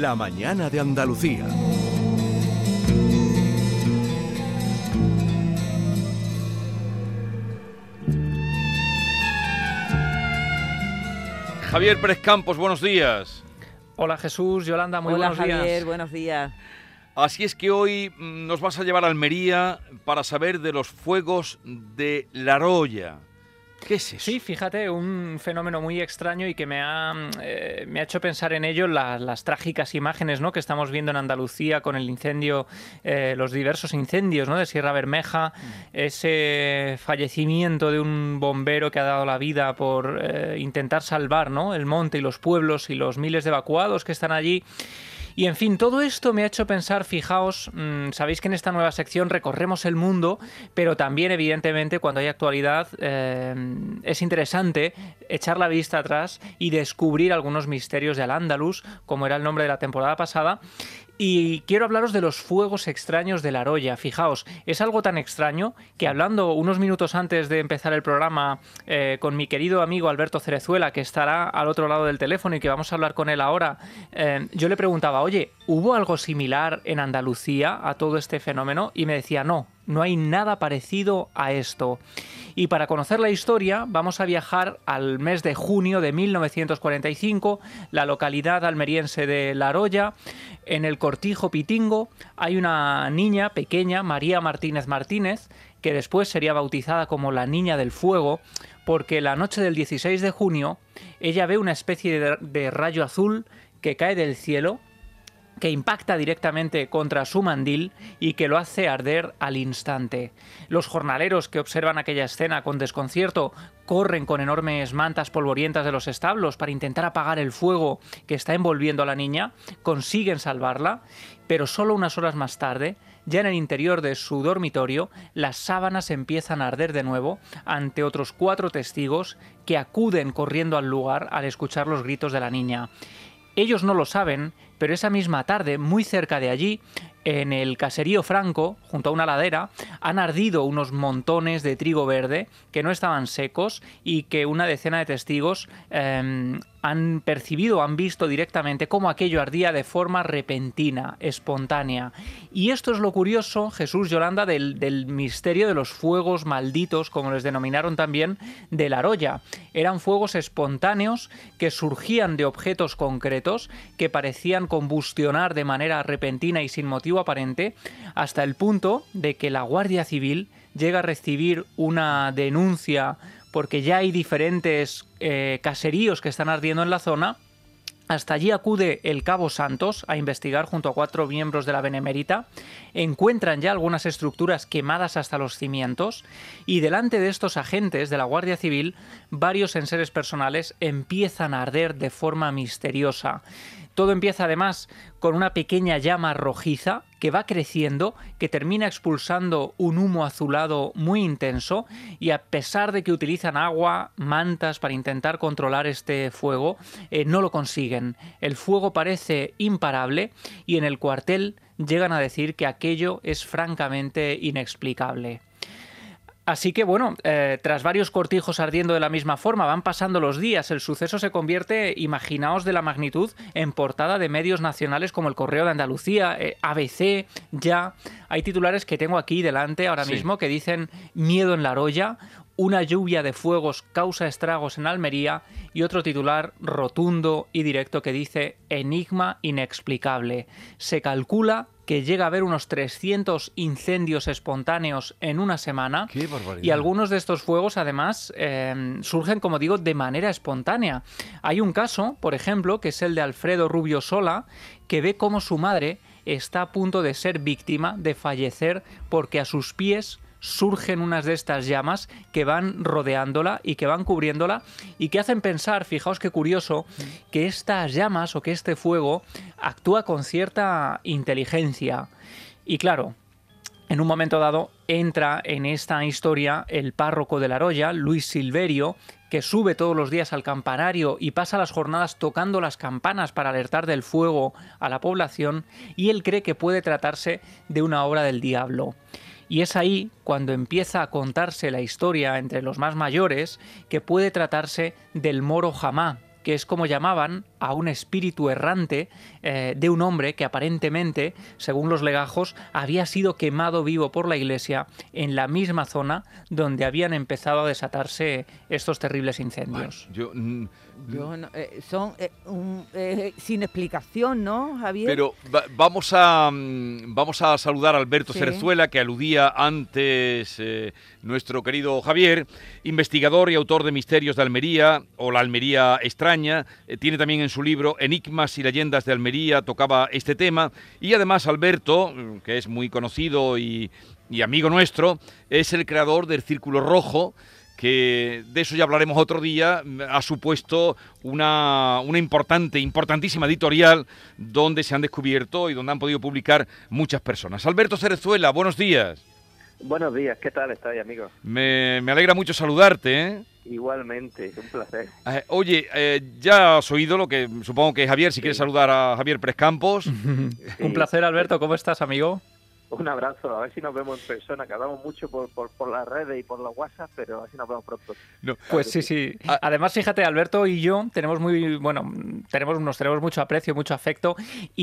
La mañana de Andalucía. Javier Pérez Campos, buenos días. Hola Jesús, Yolanda, muy Hola, buenos días. Javier, buenos días. Así es que hoy nos vas a llevar a Almería para saber de los fuegos de La Roya. ¿Qué es eso? Sí, fíjate, un fenómeno muy extraño y que me ha hecho pensar en ello las trágicas imágenes, ¿no?, que estamos viendo en Andalucía con el incendio, los diversos incendios, ¿no?, de Sierra Bermeja, ese fallecimiento de un bombero que ha dado la vida por intentar salvar, ¿no?, el monte y los pueblos y los miles de evacuados que están allí. Y en fin, todo esto me ha hecho pensar, fijaos, sabéis que en esta nueva sección recorremos el mundo, pero también evidentemente cuando hay actualidad es interesante echar la vista atrás y descubrir algunos misterios de Al-Ándalus, como era el nombre de la temporada pasada. Y quiero hablaros de los fuegos extraños de La Roya. Fijaos, es algo tan extraño que hablando unos minutos antes de empezar el programa con mi querido amigo Alberto Cerezuela, que estará al otro lado del teléfono y que vamos a hablar con él ahora, yo le preguntaba, oye, ¿hubo algo similar en Andalucía a todo este fenómeno? Y me decía, no hay nada parecido a esto. Y para conocer la historia vamos a viajar al mes de junio de 1945, la localidad almeriense de La Roya. En el Cortijo Pitingo hay una niña pequeña, María Martínez Martínez, que después sería bautizada como la Niña del Fuego, porque la noche del 16 de junio ella ve una especie de rayo azul que cae del cielo, que impacta directamente contra su mandil y que lo hace arder al instante. Los jornaleros que observan aquella escena con desconcierto corren con enormes mantas polvorientas de los establos para intentar apagar el fuego que está envolviendo a la niña, consiguen salvarla, pero solo unas horas más tarde, ya en el interior de su dormitorio, las sábanas empiezan a arder de nuevo ante otros 4 testigos que acuden corriendo al lugar al escuchar los gritos de la niña. Ellos no lo saben, pero esa misma tarde, muy cerca de allí, en el caserío Franco, junto a una ladera, han ardido unos montones de trigo verde que no estaban secos y que una decena de testigos han percibido, han visto directamente cómo aquello ardía de forma repentina, espontánea. Y esto es lo curioso, Jesús, Yolanda, del misterio de los fuegos malditos, como les denominaron también, de La Roya. Eran fuegos espontáneos que surgían de objetos concretos que parecían combustionar de manera repentina y sin motivo aparente, hasta el punto de que la Guardia Civil llega a recibir una denuncia porque ya hay diferentes caseríos que están ardiendo en la zona. Hasta allí acude el cabo Santos a investigar junto a 4 miembros de la Benemérita. Encuentran ya algunas estructuras quemadas hasta los cimientos y delante de estos agentes de la Guardia Civil, varios enseres personales empiezan a arder de forma misteriosa. Todo empieza además con una pequeña llama rojiza que va creciendo, que termina expulsando un humo azulado muy intenso y a pesar de que utilizan agua, mantas para intentar controlar este fuego, no lo consiguen. El fuego parece imparable y en el cuartel llegan a decir que aquello es francamente inexplicable. Así que bueno, tras varios cortijos ardiendo de la misma forma, van pasando los días, el suceso se convierte, imaginaos de la magnitud, en portada de medios nacionales como El Correo de Andalucía, ABC, Ya. Hay titulares que tengo aquí delante ahora mismo que dicen miedo en La Roya, una lluvia de fuegos causa estragos en Almería y otro titular rotundo y directo que dice enigma inexplicable. Se calcula que llega a haber unos 300 incendios espontáneos en una semana. ¡Qué barbaridad! Y algunos de estos fuegos, además, surgen, como digo, de manera espontánea. Hay un caso, por ejemplo, que es el de Alfredo Rubio Sola, que ve cómo su madre está a punto de ser víctima, de fallecer, porque a sus pies surgen unas de estas llamas que van rodeándola y que van cubriéndola y que hacen pensar, fijaos qué curioso, que estas llamas o que este fuego actúa con cierta inteligencia. Y claro, en un momento dado entra en esta historia el párroco de La Roya, Luis Silverio, que sube todos los días al campanario y pasa las jornadas tocando las campanas para alertar del fuego a la población, y él cree que puede tratarse de una obra del diablo. Y es ahí cuando empieza a contarse la historia entre los más mayores que puede tratarse del moro Hamá, que es como llamaban a un espíritu errante de un hombre que aparentemente, según los legajos, había sido quemado vivo por la Iglesia en la misma zona donde habían empezado a desatarse estos terribles incendios. Son sin explicación, ¿no, Javier? Pero vamos a saludar a Alberto Cerezuela, que aludía antes nuestro querido Javier, investigador y autor de Misterios de Almería o La Almería extraña. Tiene también en su libro Enigmas y leyendas de Almería, tocaba este tema. Y además Alberto, que es muy conocido y amigo nuestro, es el creador del Círculo Rojo, que de eso ya hablaremos otro día. Ha supuesto una importantísima editorial donde se han descubierto y donde han podido publicar muchas personas. Alberto Cerezuela, buenos días. Buenos días, ¿qué tal estáis, amigos? Me alegra mucho saludarte, ¿eh? Igualmente, un placer. Oye, ya has oído lo que supongo que Javier, si quieres saludar a Javier Pérez Campos. Un placer, Alberto, ¿cómo estás, amigo? Un abrazo, a ver si nos vemos en persona, que hablamos mucho por las redes y por los WhatsApp, pero a ver si nos vemos pronto. No. Pues sí. Además, fíjate, Alberto y yo tenemos tenemos mucho aprecio, mucho afecto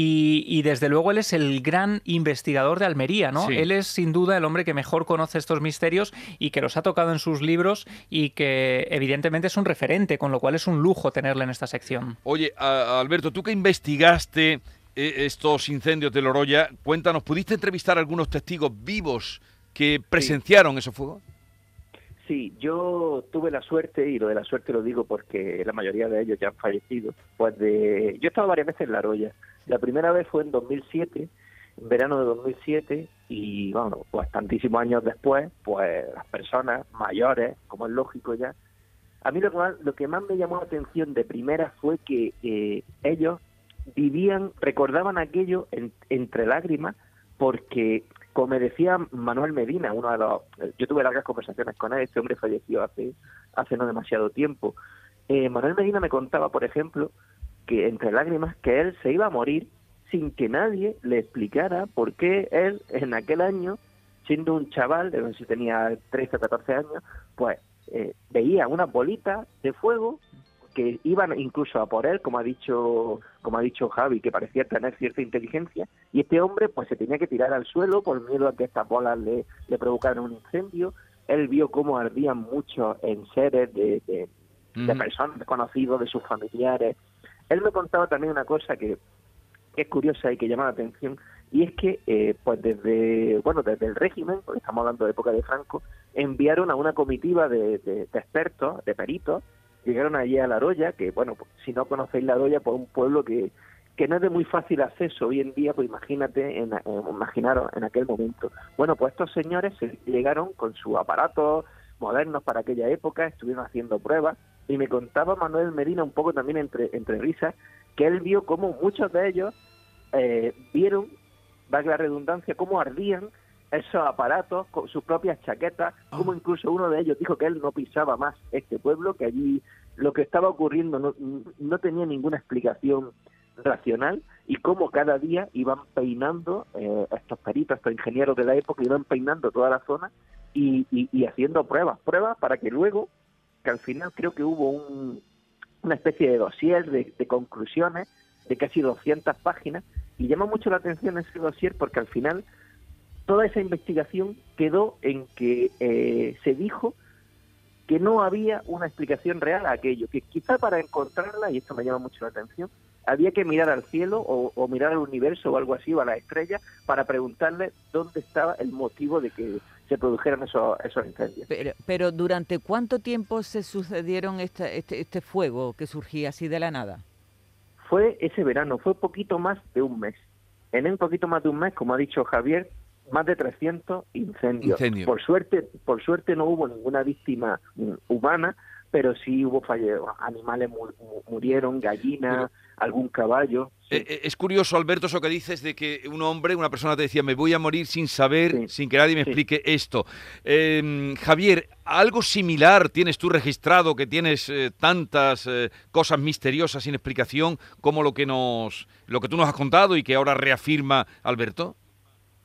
y desde luego él es el gran investigador de Almería, ¿no? Sí. Él es sin duda el hombre que mejor conoce estos misterios y que los ha tocado en sus libros y que evidentemente es un referente, con lo cual es un lujo tenerle en esta sección. Oye, Alberto, tú que investigaste estos incendios de Loroya, cuéntanos, ¿pudiste entrevistar a algunos testigos vivos que presenciaron esos fuegos? Sí, yo tuve la suerte, y lo de la suerte lo digo porque la mayoría de ellos ya han fallecido, yo he estado varias veces en La Roya. La primera vez fue en 2007, en verano de 2007, y bueno, pues tantísimos años después, pues las personas mayores, como es lógico ya, a mí lo que más me llamó la atención de primera fue que ellos recordaban aquello entre lágrimas, porque, como me decía Manuel Medina, yo tuve largas conversaciones con él, este hombre falleció hace no demasiado tiempo. Manuel Medina me contaba, por ejemplo, que entre lágrimas, que él se iba a morir sin que nadie le explicara por qué él, en aquel año, siendo un chaval, de no sé si tenía 13 o 14 años, pues veía unas bolitas de fuego que iban incluso a por él, como ha dicho Javi, que parecía tener cierta inteligencia, y este hombre pues se tenía que tirar al suelo por miedo a que estas bolas le provocaran un incendio. Él vio cómo ardían muchos enseres de personas desconocidas, de sus familiares. Él me contaba también una cosa que es curiosa y que llama la atención, y es que pues desde el régimen, porque estamos hablando de época de Franco, enviaron a una comitiva de expertos, de peritos. Llegaron allí a La Roya, que bueno, pues, si no conocéis La Roya, pues un pueblo que no es de muy fácil acceso hoy en día, pues imaginaros en aquel momento. Bueno, pues estos señores llegaron con sus aparatos modernos para aquella época, estuvieron haciendo pruebas, y me contaba Manuel Medina un poco también entre risas, que él vio cómo muchos de ellos vieron, valga la redundancia, cómo ardían esos aparatos con sus propias chaquetas, como incluso uno de ellos dijo que él no pisaba más este pueblo, que allí lo que estaba ocurriendo no tenía ninguna explicación racional, y cómo cada día iban peinando estos peritos, estos ingenieros de la época, iban peinando toda la zona y haciendo pruebas para que luego, que al final creo que hubo una especie de dossier de conclusiones de casi 200 páginas, y llama mucho la atención ese dossier porque al final toda esa investigación quedó en que se dijo que no había una explicación real a aquello, que quizá para encontrarla, y esto me llama mucho la atención, había que mirar al cielo o mirar al universo o algo así, o a las estrellas, para preguntarle dónde estaba el motivo de que se produjeran esos incendios. Pero ¿durante cuánto tiempo se sucedieron este fuego que surgía así de la nada? Fue ese verano, fue poquito más de un mes. En un poquito más de un mes, como ha dicho Javier, más de 300 incendios. Por suerte no hubo ninguna víctima humana, pero sí hubo animales murieron, gallinas, algún caballo. Sí. Es curioso, Alberto, eso que dices de que una persona te decía, me voy a morir sin saber, sin que nadie me explique esto. Javier, ¿algo similar tienes tú registrado, que tienes tantas cosas misteriosas sin explicación como lo que tú nos has contado y que ahora reafirma Alberto?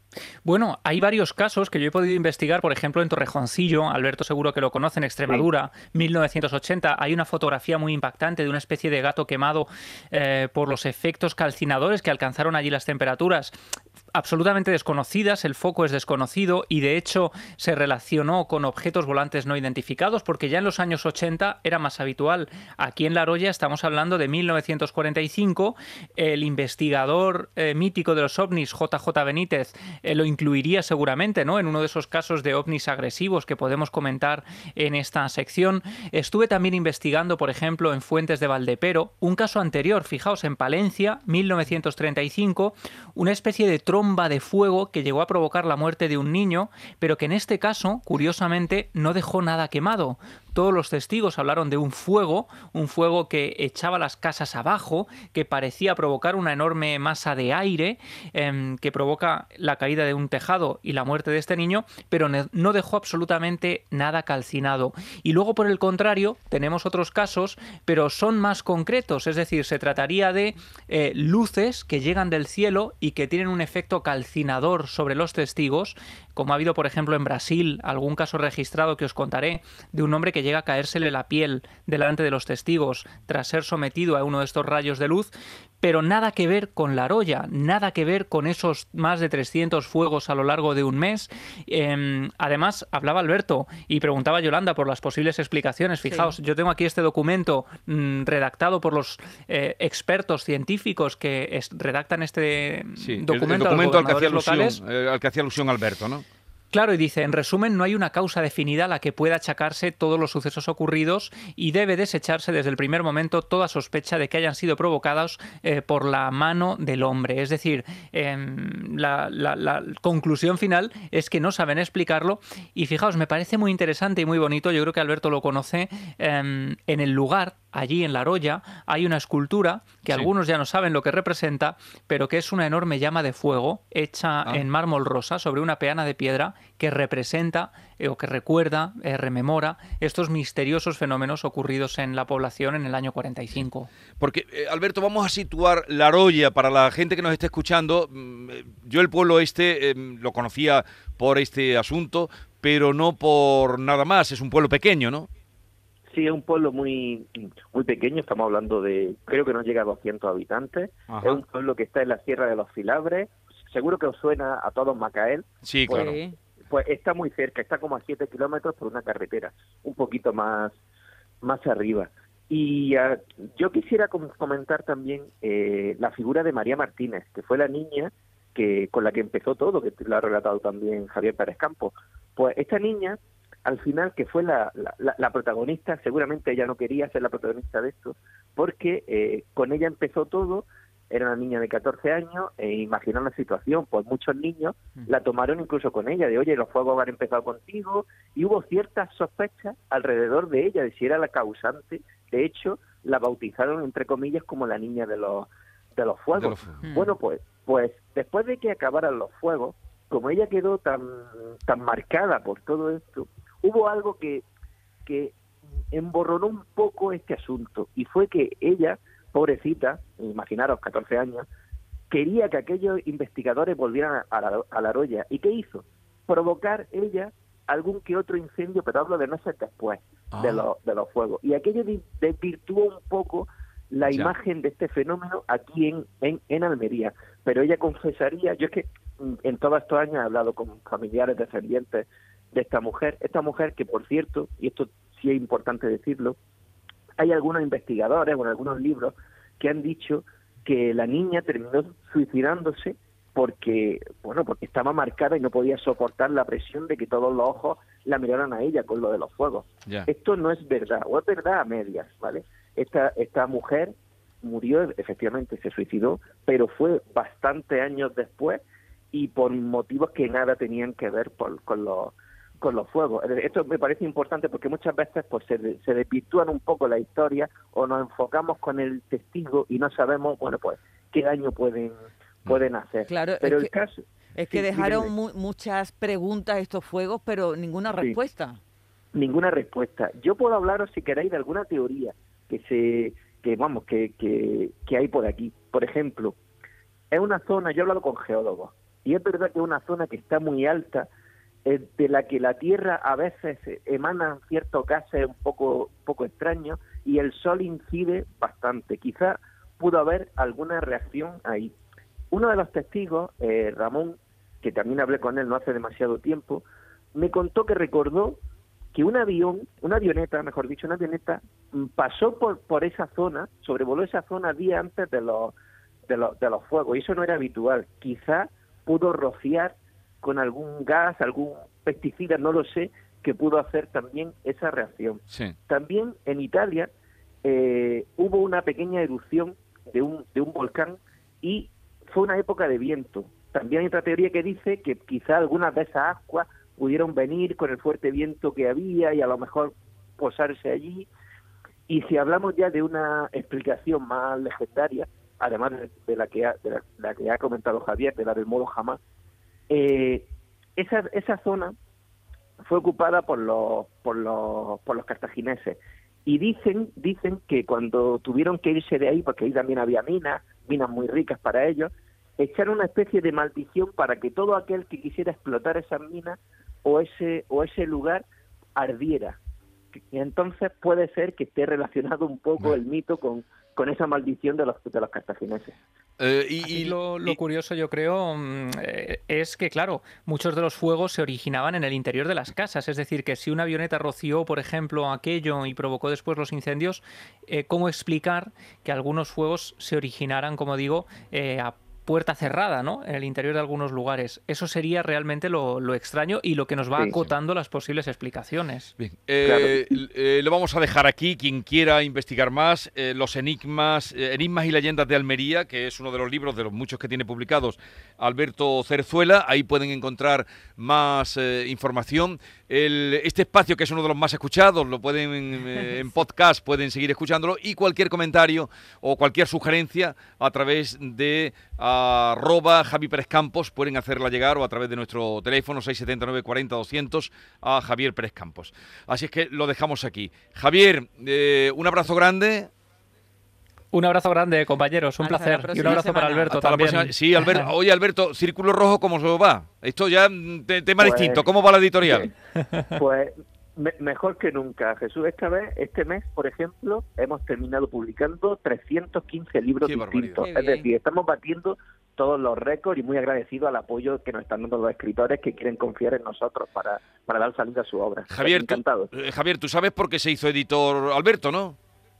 Bueno, hay varios casos que yo he podido investigar, por ejemplo, en Torrejoncillo, Alberto seguro que lo conoce, en Extremadura, 1980, hay una fotografía muy impactante de una especie de gato quemado por los efectos calcinadores que alcanzaron allí las temperaturas absolutamente desconocidas, el foco es desconocido y de hecho se relacionó con objetos volantes no identificados porque ya en los años 80 era más habitual. Aquí en La Roya estamos hablando de 1945, el investigador mítico de los ovnis, JJ Benítez, lo incluiría seguramente, ¿no?, en uno de esos casos de ovnis agresivos que podemos comentar en esta sección. Estuve también investigando, por ejemplo, en Fuentes de Valdepero, un caso anterior, fijaos, en Palencia, 1935, una especie de tromba de fuego que llegó a provocar la muerte de un niño, pero que en este caso, curiosamente, no dejó nada quemado. Todos los testigos hablaron de un fuego que echaba las casas abajo, que parecía provocar una enorme masa de aire, que provoca la caída de un tejado y la muerte de este niño, pero no dejó absolutamente nada calcinado. Y luego, por el contrario, tenemos otros casos, pero son más concretos, es decir, se trataría de luces que llegan del cielo y que tienen un efecto calcinador sobre los testigos, como ha habido, por ejemplo, en Brasil, algún caso registrado que os contaré, de un hombre que llega a caérsele la piel delante de los testigos tras ser sometido a uno de estos rayos de luz, pero nada que ver con La Roya, nada que ver con esos más de 300 fuegos a lo largo de un mes. Además, hablaba Alberto y preguntaba Yolanda por las posibles explicaciones. Fijaos, sí, yo tengo aquí este documento redactado por los expertos científicos que redactan este documento, el documento al que hacía alusión Alberto, ¿no? Claro, y dice, en resumen, no hay una causa definida a la que pueda achacarse todos los sucesos ocurridos y debe desecharse desde el primer momento toda sospecha de que hayan sido provocados por la mano del hombre. Es decir, la conclusión final es que no saben explicarlo y fijaos, me parece muy interesante y muy bonito, yo creo que Alberto lo conoce, en el lugar, allí en La Roya, hay una escultura que algunos ya no saben lo que representa, pero que es una enorme llama de fuego hecha en mármol rosa sobre una peana de piedra que representa o que recuerda, rememora estos misteriosos fenómenos ocurridos en la población en el año 45. Porque, Alberto, vamos a situar La Roya para la gente que nos esté escuchando. Yo el pueblo lo conocía por este asunto, pero no por nada más. Es un pueblo pequeño, ¿no? Sí, es un pueblo muy muy pequeño, estamos hablando de, creo que no llega a 200 habitantes. Ajá. Es un pueblo que está en la Sierra de los Filabres, seguro que os suena a todos Macael. Sí, claro. Pues está muy cerca, está como a 7 kilómetros por una carretera, un poquito más arriba. Y yo quisiera comentar también la figura de María Martínez, que fue la niña con la que empezó todo, que lo ha relatado también Javier Pérez Campos. Pues esta niña, al final, que fue la protagonista, seguramente ella no quería ser la protagonista de esto, porque con ella empezó todo. Era una niña de 14 años, imaginó la situación, pues muchos niños la tomaron incluso con ella, de oye, los fuegos han empezado contigo, y hubo ciertas sospechas alrededor de ella, de si era la causante. De hecho, la bautizaron, entre comillas, como la niña de los fuegos. Bueno, pues después de que acabaran los fuegos, como ella quedó tan marcada por todo esto, hubo algo que emborronó un poco este asunto, y fue que ella, pobrecita, imaginaros, 14 años, quería que aquellos investigadores volvieran a La Roya. ¿Y qué hizo? Provocar ella algún que otro incendio, pero hablo de meses después de los fuegos. Y aquello desvirtuó un poco la imagen de este fenómeno aquí en Almería. Pero ella confesaría, yo es que en todos estos años he hablado con familiares descendientes de esta mujer que, por cierto, y esto sí es importante decirlo, hay algunos investigadores o en algunos libros que han dicho que la niña terminó suicidándose porque estaba marcada y no podía soportar la presión de que todos los ojos la miraran a ella con lo de los fuegos. Esto no es verdad, o es verdad a medias, ¿vale? Esta mujer murió, efectivamente se suicidó, pero fue bastante años después y por motivos que nada tenían que ver con los fuegos. Esto me parece importante porque muchas veces pues se desvirtúan un poco la historia o nos enfocamos con el testigo y no sabemos, qué daño pueden hacer. Claro, pero es que dejaron muchas preguntas estos fuegos, pero ninguna respuesta. Ninguna respuesta. Yo puedo hablaros, si queréis, de alguna teoría que hay por aquí. Por ejemplo, es una zona, yo he hablado con geólogos, Y es verdad que es una zona que está muy alta, de la que la Tierra a veces emana ciertos gases un poco extraños y el Sol incide bastante. Quizá pudo haber alguna reacción ahí. Uno de los testigos, Ramón, que también hablé con él no hace demasiado tiempo, me contó que recordó que una avioneta pasó por esa zona, sobrevoló esa zona días antes de los fuegos, y eso no era habitual. Quizá pudo rociar con algún gas, algún pesticida, no lo sé, que pudo hacer también esa reacción. Sí. También en Italia hubo una pequeña erupción de un volcán y fue una época de viento. También hay otra teoría que dice que quizá algunas de esas aguas pudieron venir con el fuerte viento que había y a lo mejor posarse allí. Y si hablamos ya de una explicación más legendaria, además de la que ha comentado Javier, de la del modo Hamás, esa zona fue ocupada por los cartagineses y dicen que cuando tuvieron que irse de ahí, porque ahí también había minas muy ricas para ellos, echaron una especie de maldición para que todo aquel que quisiera explotar esas minas o ese lugar ardiera. Y entonces puede ser que esté relacionado un poco el mito con esa maldición de los cartagineses. Y lo curioso, yo creo, es que, claro, muchos de los fuegos se originaban en el interior de las casas. Es decir, que si una avioneta roció, por ejemplo, aquello y provocó después los incendios, ¿cómo explicar que algunos fuegos se originaran, como digo, a puerta cerrada, ¿no?, en el interior de algunos lugares? Eso sería realmente lo extraño y lo que nos va acotando las posibles explicaciones. Bien, Claro. lo vamos a dejar aquí. Quien quiera investigar más, los enigmas y leyendas de Almería, que es uno de los libros de los muchos que tiene publicados Alberto Cerzuela, ahí pueden encontrar más información. Este espacio, que es uno de los más escuchados, lo pueden en podcast, pueden seguir escuchándolo, y cualquier comentario o cualquier sugerencia a través de @Javi Pérez Campos pueden hacerla llegar, o a través de nuestro teléfono 679 40 200 a Javier Pérez Campos. Así es que lo dejamos aquí. Javier, un abrazo grande. Un abrazo grande, compañeros, un Hasta la placer. Y un próxima abrazo para semana. Alberto Hasta la también. próxima. Sí, Alberto. Oye, Alberto, Círculo Rojo, ¿cómo se va? Esto ya tema Pues, distinto. ¿Cómo va la editorial? Pues mejor que nunca, Jesús. Este mes, por ejemplo, hemos terminado publicando 315 libros Qué distintos. barbaridad. Es Qué decir, estamos batiendo todos los récords y muy agradecidos al apoyo que nos están dando los escritores que quieren confiar en nosotros para dar salida a su obra. Javier, Encantado. Javier, tú sabes por qué se hizo editor Alberto, ¿no?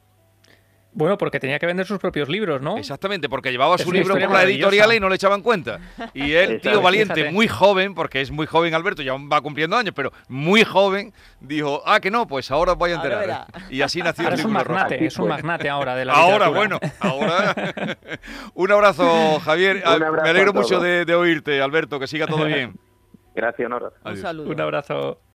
Bueno, porque tenía que vender sus propios libros, ¿no? Exactamente, porque llevaba Es su una libro por historia la maravillosa. editorial y no le echaban cuenta. Y él, tío Exacto. valiente, Fíjate. muy joven, porque es muy joven Alberto, ya va cumpliendo años, pero muy joven, dijo, que no, pues ahora voy a Ahora enterar. verá. Y así nació Ahora el es un Círculo Rojo. magnate, es un magnate ahora de la Ahora, literatura. bueno, ahora. Un abrazo, Javier. Un abrazo Me alegro a todos. mucho de oírte, Alberto, que siga todo bien. Gracias, Honor. Un Adiós. saludo. Un abrazo.